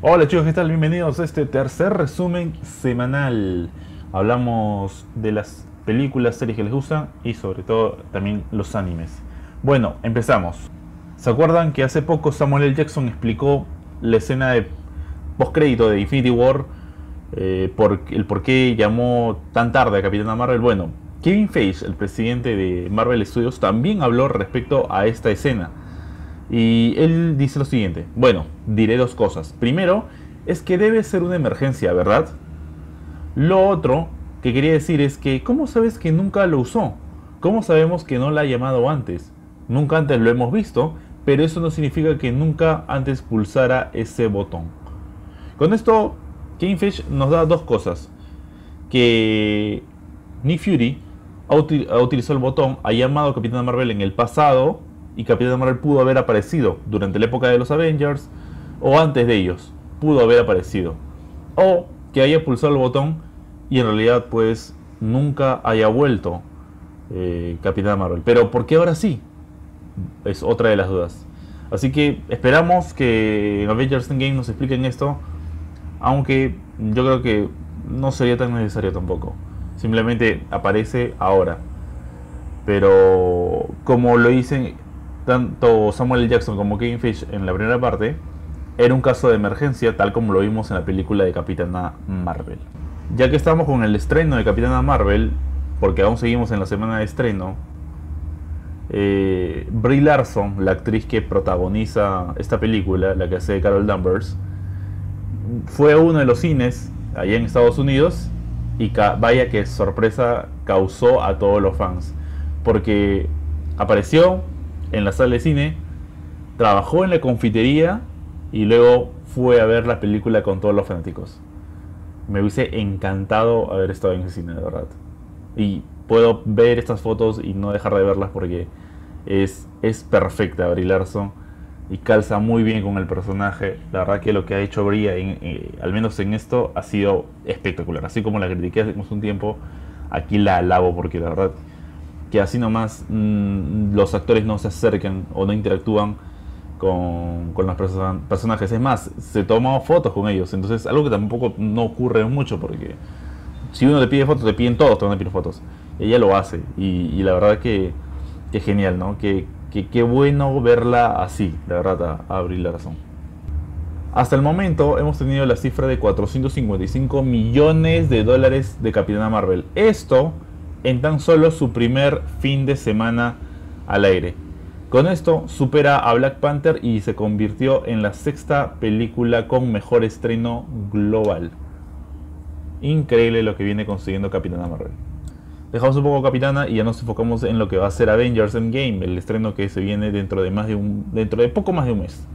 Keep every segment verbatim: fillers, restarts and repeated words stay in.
Hola chicos, ¿qué tal? Bienvenidos a este tercer resumen semanal. Hablamos de las películas, series que les gustan y sobre todo también los animes. Bueno, empezamos. ¿Se acuerdan que hace poco Samuel L. Jackson explicó la escena de postcrédito de Infinity War? Eh, por, el por qué llamó tan tarde a Capitana Marvel. Bueno, Kevin Feige, el presidente de Marvel Studios, también habló respecto a esta escena. Y él dice lo siguiente. Bueno, diré dos cosas. Primero, es que debe ser una emergencia, ¿verdad? Lo otro que quería decir es que, ¿cómo sabes que nunca lo usó? ¿Cómo sabemos que no la ha llamado antes? Nunca antes lo hemos visto, pero eso no significa que nunca antes pulsara ese botón. Con esto, Kevin Feige nos da dos cosas. Que Nick Fury ha, util ha utilizado el botón, ha llamado a Capitana Marvel en el pasado, y Capitana Marvel pudo haber aparecido durante la época de los Avengers o antes de ellos, pudo haber aparecido, o que haya pulsado el botón y en realidad pues nunca haya vuelto eh, Capitana Marvel. Pero ¿por qué ahora sí? Es otra de las dudas. Así que esperamos que en Avengers Endgame nos expliquen esto, aunque yo creo que no sería tan necesario tampoco. Simplemente aparece ahora. Pero como lo dicen tanto Samuel L. Jackson como Kevin Feige en la primera parte, era un caso de emergencia, tal como lo vimos en la película de Capitana Marvel. Ya que estamos con el estreno de Capitana Marvel, porque aún seguimos en la semana de estreno, eh, Brie Larson, la actriz que protagoniza esta película, la que hace Carol Danvers, fue a uno de los cines allá en Estados Unidos y vaya que sorpresa causó a todos los fans, porque apareció en la sala de cine, trabajó en la confitería y luego fue a ver la película con todos los fanáticos. Me hubiese encantado haber estado en ese cine, de verdad. Y puedo ver estas fotos y no dejar de verlas porque es, es perfecta Brie Larson y calza muy bien con el personaje. La verdad que lo que ha hecho Brie, en, eh, al menos en esto, ha sido espectacular. Así como la critiqué hace un tiempo, aquí la alabo porque la verdad que así nomás mmm, los actores no se acercan o no interactúan con, con los person personajes. Es más, se toman fotos con ellos. Entonces, algo que tampoco no ocurre mucho porque si uno te pide fotos, te piden todos, te van a pedir fotos. Ella lo hace y, y la verdad que, que genial, ¿no? Que, que, que bueno verla así, la verdad, a, a Brie Larson. Hasta el momento hemos tenido la cifra de cuatrocientos cincuenta y cinco millones de dólares de Capitana Marvel. Esto en tan solo su primer fin de semana al aire. Con esto supera a Black Panther y se convirtió en la sexta película con mejor estreno global. Increíble lo que viene consiguiendo Capitana Marvel. Dejamos un poco Capitana y ya nos enfocamos en lo que va a ser Avengers Endgame, el estreno que se viene dentro de más de un, dentro de poco más de un mes.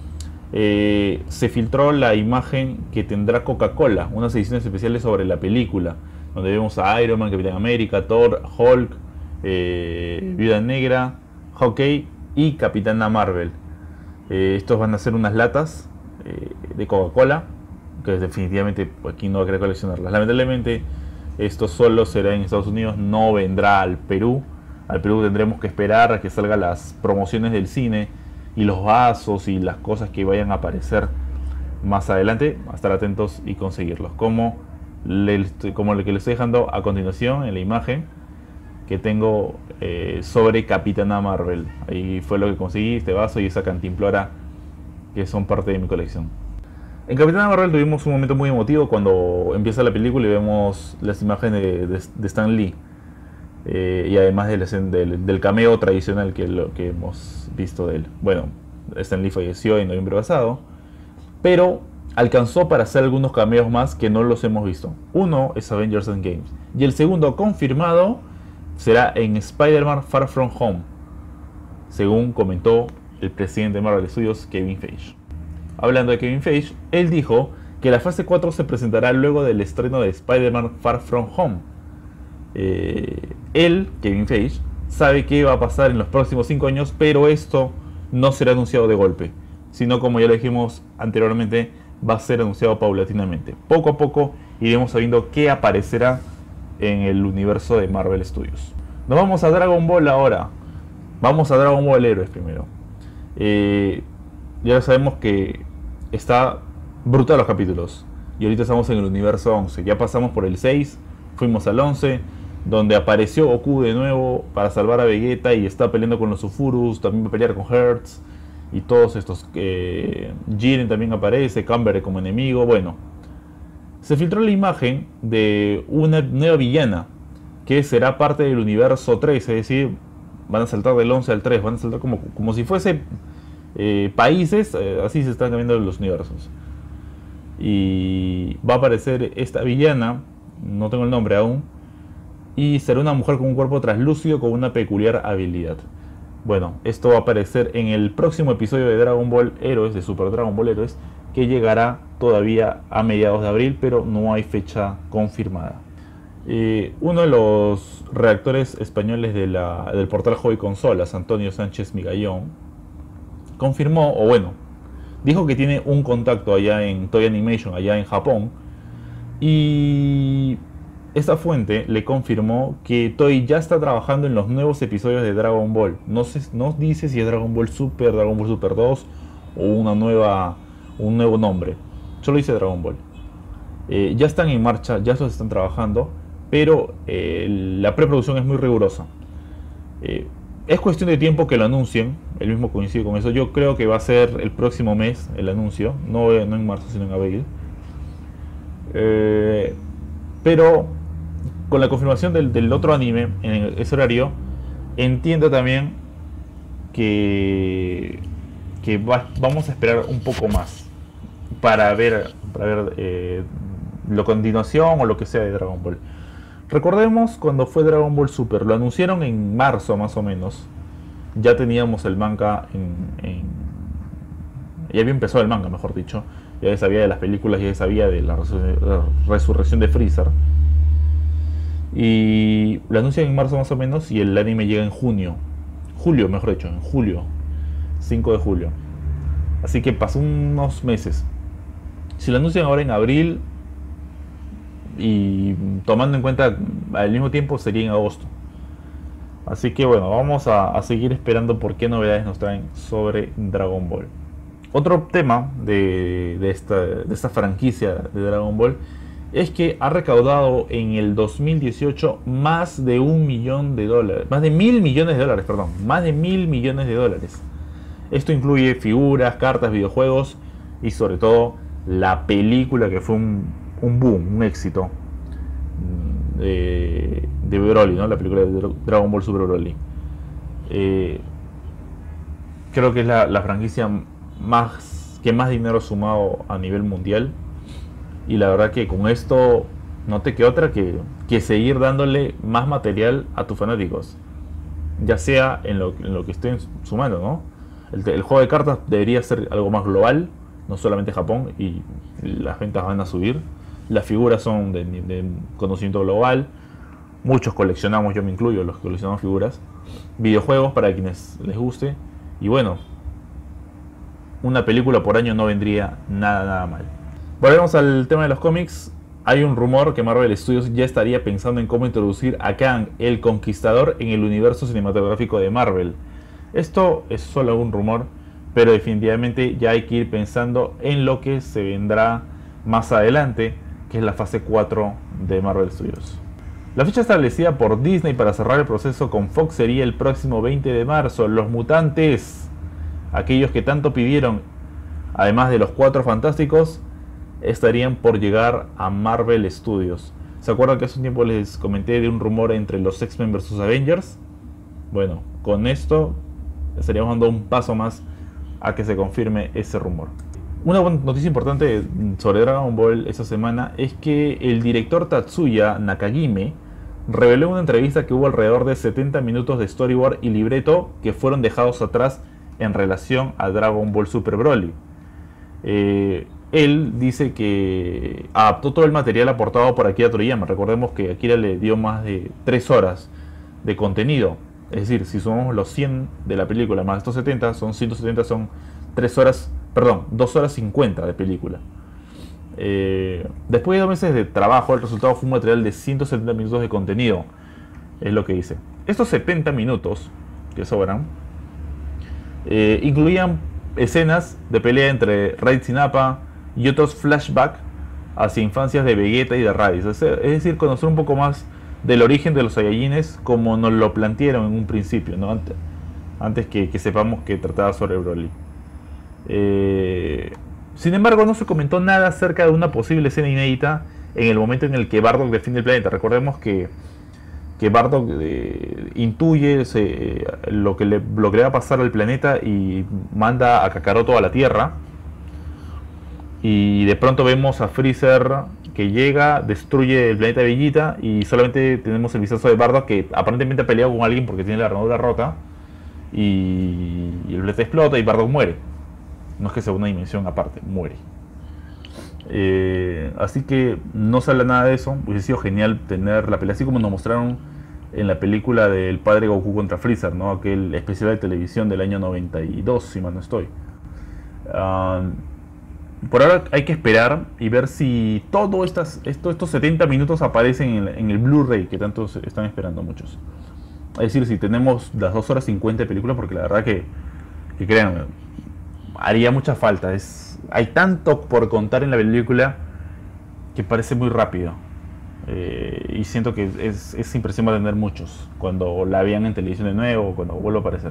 Eh, se filtró la imagen que tendrá Coca-Cola, unas ediciones especiales sobre la película, donde vemos a Iron Man, Capitán América, Thor, Hulk, eh, Viuda Negra, Hawkeye y Capitana Marvel. Eh, estos van a ser unas latas eh, de Coca-Cola, que definitivamente aquí no va a querer coleccionarlas. Lamentablemente esto solo será en Estados Unidos, no vendrá al Perú. Al Perú tendremos que esperar a que salgan las promociones del cine y los vasos y las cosas que vayan a aparecer más adelante, a estar atentos y conseguirlos, como, le, como el que les estoy dejando a continuación en la imagen que tengo eh, sobre Capitana Marvel. Ahí fue lo que conseguí, este vaso y esa cantimplora que son parte de mi colección. En Capitana Marvel tuvimos un momento muy emotivo cuando empieza la película y vemos las imágenes de, de, de Stan Lee. Eh, y además del, del, del cameo tradicional que, lo, que hemos visto de él. Bueno, Stan Lee falleció en noviembre pasado, pero alcanzó para hacer algunos cameos más que no los hemos visto. Uno es Avengers Endgame y el segundo confirmado será en Spider-Man Far From Home, según comentó el presidente de Marvel Studios, Kevin Feige. Hablando de Kevin Feige, él dijo que la fase cuatro se presentará luego del estreno de Spider-Man Far From Home. Eh, él, Kevin Feige, sabe qué va a pasar en los próximos cinco años, pero esto no será anunciado de golpe, sino, como ya lo dijimos anteriormente, va a ser anunciado paulatinamente. Poco a poco iremos sabiendo qué aparecerá en el universo de Marvel Studios. Nos vamos a Dragon Ball ahora. Vamos a Dragon Ball Heroes primero. Eh, ya sabemos que está Brutal los capítulos. Y ahorita estamos en el universo once. Ya pasamos por el seis, fuimos al once, donde apareció Goku de nuevo para salvar a Vegeta y está peleando con los Ufurus, también va a pelear con Hertz y todos estos. Eh, Jiren también aparece, Camber como enemigo. Bueno, se filtró la imagen de una nueva villana que será parte del universo tres, es decir, van a saltar del once al tres, van a saltar como, como si fuese eh, países, eh, así se están cambiando los universos. Y va a aparecer esta villana, no tengo el nombre aún, y será una mujer con un cuerpo translúcido con una peculiar habilidad. Bueno, esto va a aparecer en el próximo episodio de Dragon Ball Heroes, de Super Dragon Ball Heroes, que llegará todavía a mediados de abril, pero no hay fecha confirmada. Eh, uno de los redactores españoles de la, del portal Hobby Consolas, Antonio Sánchez Migallón, confirmó, o bueno, dijo que tiene un contacto allá en Toei Animation, allá en Japón, y esta fuente le confirmó que Toei ya está trabajando en los nuevos episodios de Dragon Ball. No, se, no dice si es Dragon Ball Super, Dragon Ball Super dos o una nueva, un nuevo nombre. Solo dice Dragon Ball. Eh, ya están en marcha, ya se están trabajando, pero eh, la preproducción es muy rigurosa. Eh, es cuestión de tiempo que lo anuncien, el mismo coincide con eso. Yo creo que va a ser el próximo mes el anuncio, no, no en marzo sino en abril. Eh, pero con la confirmación del, del otro anime en ese horario, entiendo también que, que va, vamos a esperar un poco más para ver, para ver eh, la continuación o lo que sea de Dragon Ball. Recordemos cuando fue Dragon Ball Super, lo anunciaron en marzo más o menos. Ya teníamos el manga en, en ya había empezado el manga, mejor dicho. Ya sabía de las películas, ya sabía de la, resur la resurrección de Freezer. Y lo anuncian en marzo más o menos y el anime llega en junio. Julio, mejor dicho, en julio. cinco de julio. Así que pasó unos meses. Si lo anuncian ahora en abril y tomando en cuenta al mismo tiempo sería en agosto. Así que bueno, vamos a, a seguir esperando por qué novedades nos traen sobre Dragon Ball. Otro tema de, de, esta, de esta franquicia de Dragon Ball es que ha recaudado en el dos mil dieciocho más de un millón de dólares, más de mil millones de dólares, perdón, más de mil millones de dólares. Esto incluye figuras, cartas, videojuegos y sobre todo la película que fue un, un boom, un éxito de, de Broly, ¿no? La película de Dragon Ball Super Broly. Eh, creo que es la, la franquicia más que más dinero ha sumado a nivel mundial. Y la verdad que con esto no te queda otra que, que seguir dándole más material a tus fanáticos. Ya sea en lo, en lo que estén sumando, ¿no? El, el juego de cartas debería ser algo más global, no solamente Japón, y las ventas van a subir. Las figuras son de, de conocimiento global. Muchos coleccionamos, yo me incluyo, los que coleccionamos figuras. Videojuegos para quienes les guste. Y bueno, una película por año no vendría nada, nada mal. Volvemos al tema de los cómics. Hay un rumor que Marvel Studios ya estaría pensando en cómo introducir a Kang el Conquistador en el universo cinematográfico de Marvel. Esto es solo un rumor, pero definitivamente ya hay que ir pensando en lo que se vendrá más adelante, que es la fase cuatro de Marvel Studios. La fecha establecida por Disney para cerrar el proceso con Fox sería el próximo veinte de marzo. Los mutantes, aquellos que tanto pidieron, además de los Cuatro Fantásticos, estarían por llegar a Marvel Studios. ¿Se acuerdan que hace un tiempo les comenté de un rumor entre los X-Men versus Avengers? Bueno, con esto estaríamos dando un paso más a que se confirme ese rumor. Una noticia importante sobre Dragon Ball esta semana es que el director Tatsuya Nakajime reveló en una entrevista que hubo alrededor de setenta minutos de storyboard y libreto que fueron dejados atrás en relación a Dragon Ball Super Broly. Eh, él dice que adaptó todo el material aportado por Akira Toriyama. Recordemos que Akira le dio más de tres horas de contenido. Es decir, si sumamos los cien de la película más estos setenta, son ciento setenta, son tres horas, perdón, dos horas cincuenta de película. Eh, después de dos meses de trabajo, el resultado fue un material de ciento setenta minutos de contenido. Es lo que dice. Estos setenta minutos que sobran eh, incluían escenas de pelea entre Raid Sinapa, y otros flashbacks hacia infancias de Vegeta y de Raditz. Es, es decir, conocer un poco más del origen de los Saiyajines como nos lo plantearon en un principio, ¿no? Antes, antes que, que sepamos que trataba sobre Broly. Eh, sin embargo, no se comentó nada acerca de una posible escena inédita en el momento en el que Bardock defiende el planeta. Recordemos que, que Bardock eh, intuye se, lo, que le, lo que le va a pasar al planeta y manda a Kakaroto a la Tierra. Y de pronto vemos a Freezer que llega, destruye el planeta de Vegeta y solamente tenemos el vistazo de Bardock que aparentemente ha peleado con alguien porque tiene la armadura rota y, y el planeta explota y Bardock muere. No es que sea una dimensión aparte, muere. Eh, así que no sale nada de eso. Hubiese sido genial tener la pelea así como nos mostraron en la película del padre Goku contra Freezer, ¿no? Aquel especial de televisión del año noventa y dos, si mal no estoy. Uh, Por ahora hay que esperar y ver si todos estas, esto, estos setenta minutos aparecen en el, en el Blu-ray que tanto están esperando muchos. Es decir, si tenemos las dos horas cincuenta de película, porque la verdad que, que créanme, haría mucha falta. Es, hay tanto por contar en la película que parece muy rápido. Eh, y siento que es, es impresión va a tener muchos cuando la vean en televisión de nuevo o cuando vuelva a aparecer.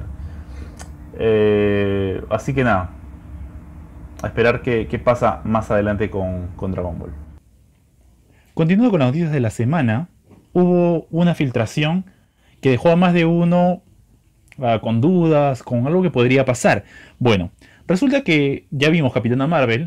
Eh, así que nada. A esperar qué, qué pasa más adelante con, con Dragon Ball. Continuando con las noticias de la semana, hubo una filtración que dejó a más de uno uh, con dudas, con algo que podría pasar. Bueno, resulta que ya vimos Capitana Marvel,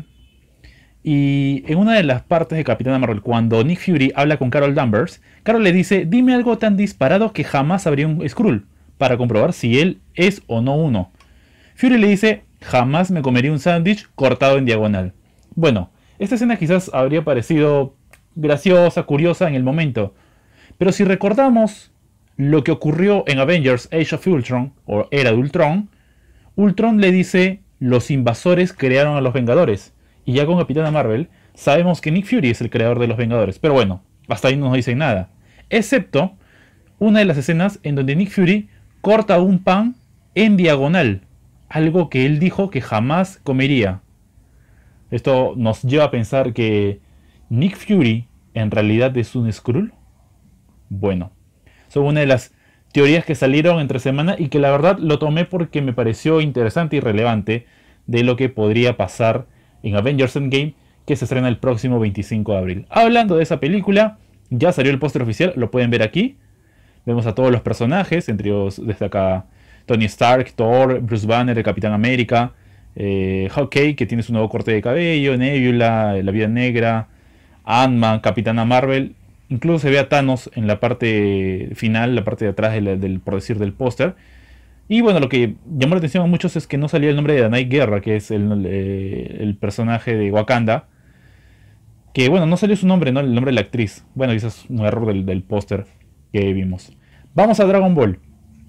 y en una de las partes de Capitana Marvel, cuando Nick Fury habla con Carol Danvers, Carol le dice, dime algo tan disparado que jamás habría un Skrull, para comprobar si él es o no uno. Fury le dice, jamás me comería un sándwich cortado en diagonal. Bueno, esta escena quizás habría parecido graciosa, curiosa en el momento. Pero si recordamos lo que ocurrió en Avengers Age of Ultron, o Era de Ultron, Ultron le dice, los invasores crearon a los Vengadores. Y ya con Capitana Marvel, sabemos que Nick Fury es el creador de los Vengadores. Pero bueno, hasta ahí no nos dicen nada. Excepto una de las escenas en donde Nick Fury corta un pan en diagonal. Algo que él dijo que jamás comería. Esto nos lleva a pensar que Nick Fury en realidad es un Skrull. Bueno, son una de las teorías que salieron entre semana y que la verdad lo tomé porque me pareció interesante y relevante de lo que podría pasar en Avengers Endgame, que se estrena el próximo veinticinco de abril. Hablando de esa película, ya salió el póster oficial, lo pueden ver aquí. Vemos a todos los personajes, entre ellos desde acá Tony Stark, Thor, Bruce Banner, el Capitán América, eh, Hawkeye, que tiene su nuevo corte de cabello, Nebula, la Vida Negra, Ant-Man, Capitana Marvel. Incluso se ve a Thanos en la parte final, la parte de atrás del, del, por decir, del póster. Y bueno, lo que llamó la atención a muchos es que no salía el nombre de Danai Guerra, que es el, eh, el personaje de Wakanda. Que bueno, no salió su nombre, ¿no? El nombre de la actriz. Bueno, ese es un error del, del póster que vimos. Vamos a Dragon Ball.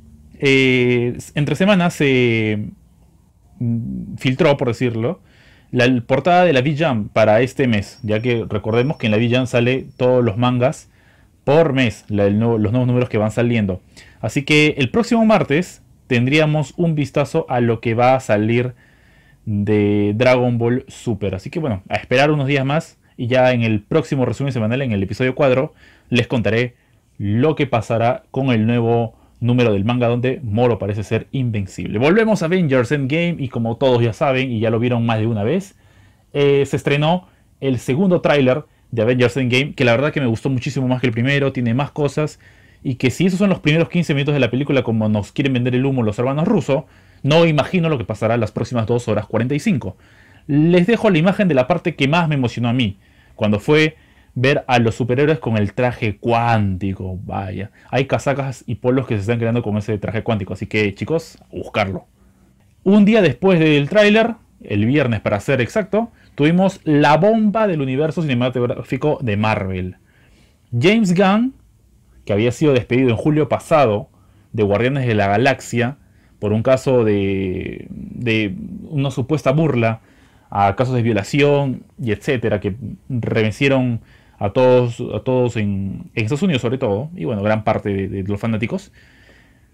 Eh, entre semanas se mm, filtró, por decirlo, la portada de la V-Jump para este mes, ya que recordemos que en la V-Jump sale todos los mangas por mes, la, el nuevo, los nuevos números que van saliendo. Así que el próximo martes tendríamos un vistazo a lo que va a salir de Dragon Ball Super. Así que bueno, a esperar unos días más y ya en el próximo resumen semanal, en el episodio cuatro, les contaré lo que pasará con el nuevo número del manga donde Moro parece ser invencible. Volvemos a Avengers Endgame y como todos ya saben y ya lo vieron más de una vez, eh, se estrenó el segundo tráiler de Avengers Endgame, que la verdad que me gustó muchísimo más que el primero, tiene más cosas y que si esos son los primeros quince minutos de la película como nos quieren vender el humo los hermanos rusos, no imagino lo que pasará las próximas dos horas cuarenta y cinco. Les dejo la imagen de la parte que más me emocionó a mí, cuando fue ver a los superhéroes con el traje cuántico. Vaya, hay casacas y polos que se están creando con ese traje cuántico, así que chicos, a buscarlo. Un día después del tráiler, el viernes para ser exacto, tuvimos la bomba del universo cinematográfico de Marvel. James Gunn, que había sido despedido en julio pasado de Guardianes de la Galaxia por un caso de, de una supuesta burla a casos de violación y etcétera, que revencieron a todos, a todos en, en Estados Unidos sobre todo, y bueno, gran parte de, de los fanáticos,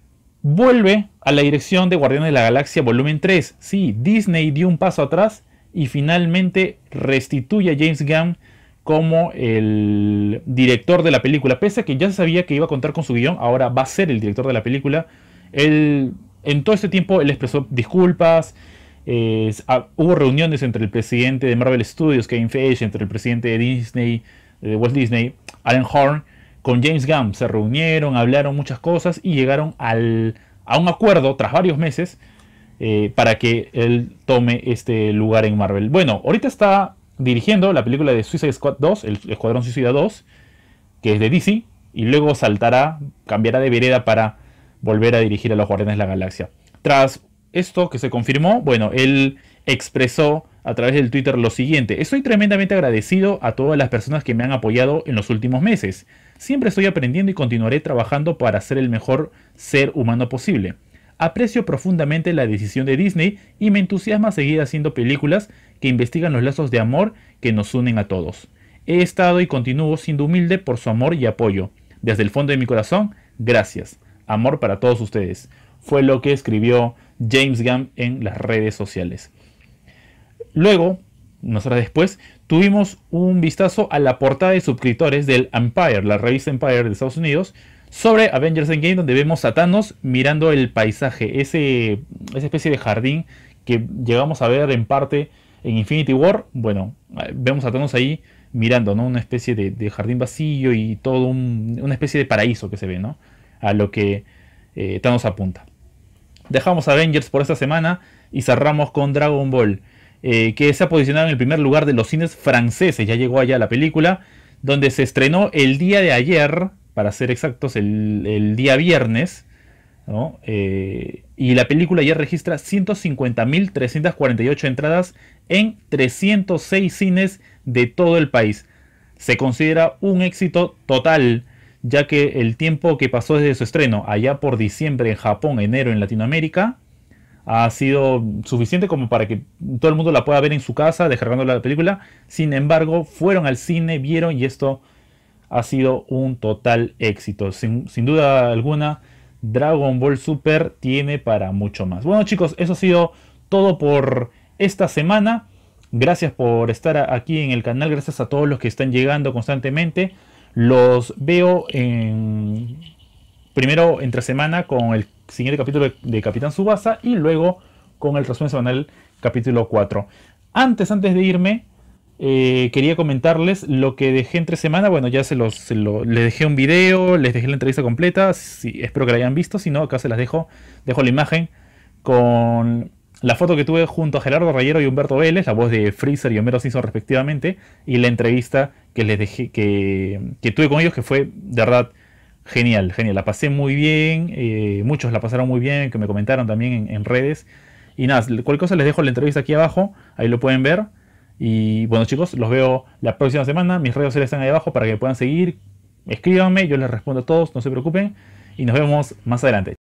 vuelve a la dirección de Guardianes de la Galaxia volumen tres. Sí, Disney dio un paso atrás y finalmente restituye a James Gunn como el director de la película. Pese a que ya se sabía que iba a contar con su guión, ahora va a ser el director de la película. Él, en todo este tiempo él expresó disculpas. Eh, hubo reuniones entre el presidente de Marvel Studios, Kevin Feige, entre el presidente de Disney, de Walt Disney, Alan Horn, con James Gunn. Se reunieron, hablaron muchas cosas y llegaron al, a un acuerdo tras varios meses eh, para que él tome este lugar en Marvel. Bueno, ahorita está dirigiendo la película de Suicide Squad dos, el Escuadrón Suicida dos, que es de D C, y luego saltará, cambiará de vereda para volver a dirigir a los Guardianes de la Galaxia. Tras esto que se confirmó, bueno, él expresó a través del Twitter lo siguiente: estoy tremendamente agradecido a todas las personas que me han apoyado en los últimos meses. Siempre estoy aprendiendo y continuaré trabajando para ser el mejor ser humano posible. Aprecio profundamente la decisión de Disney y me entusiasma seguir haciendo películas que investigan los lazos de amor que nos unen a todos. He estado y continúo siendo humilde por su amor y apoyo. Desde el fondo de mi corazón, gracias. Amor para todos ustedes. Fue lo que escribió James Gunn en las redes sociales. Luego, unas horas después, tuvimos un vistazo a la portada de suscriptores del Empire, la revista Empire de Estados Unidos, sobre Avengers Endgame, donde vemos a Thanos mirando el paisaje, ese, esa especie de jardín que llegamos a ver en parte en Infinity War. Bueno, vemos a Thanos ahí mirando, ¿no? Una especie de, de jardín vacío y todo un, una especie de paraíso que se ve, ¿no? A lo que eh, Thanos apunta. Dejamos Avengers por esta semana y cerramos con Dragon Ball, eh, que se ha posicionado en el primer lugar de los cines franceses. Ya llegó allá la película, donde se estrenó el día de ayer, para ser exactos, el, el día viernes, ¿no? Eh, y la película ya registra ciento cincuenta mil trescientas cuarenta y ocho entradas en trescientos seis cines de todo el país. Se considera un éxito total, ya que el tiempo que pasó desde su estreno, allá por diciembre en Japón, enero en Latinoamérica, ha sido suficiente como para que todo el mundo la pueda ver en su casa, descargando la película. Sin embargo, fueron al cine, vieron, y esto ha sido un total éxito. Sin, sin duda alguna, Dragon Ball Super tiene para mucho más. Bueno, chicos, eso ha sido todo por esta semana. Gracias por estar aquí en el canal, gracias a todos los que están llegando constantemente. Los veo en, primero entre semana con el siguiente capítulo de Capitán Tsubasa y luego con el resumen semanal capítulo cuatro. Antes, antes de irme, eh, quería comentarles lo que dejé entre semana. Bueno, ya se los, se lo, les dejé un video, les dejé la entrevista completa. Sí, espero que la hayan visto, si no, acá se las dejo. Dejo la imagen con la foto que tuve junto a Gerardo Rayero y Humberto Vélez, la voz de Freezer y Homero Simpson respectivamente, y la entrevista que les dejé, que, que tuve con ellos, que fue de verdad genial, genial. La pasé muy bien, eh, muchos la pasaron muy bien, que me comentaron también en, en redes. Y nada, cualquier cosa les dejo la entrevista aquí abajo, ahí lo pueden ver. Y bueno, chicos, los veo la próxima semana. Mis redes sociales están ahí abajo para que puedan seguir. Escríbanme, yo les respondo a todos, no se preocupen. Y nos vemos más adelante.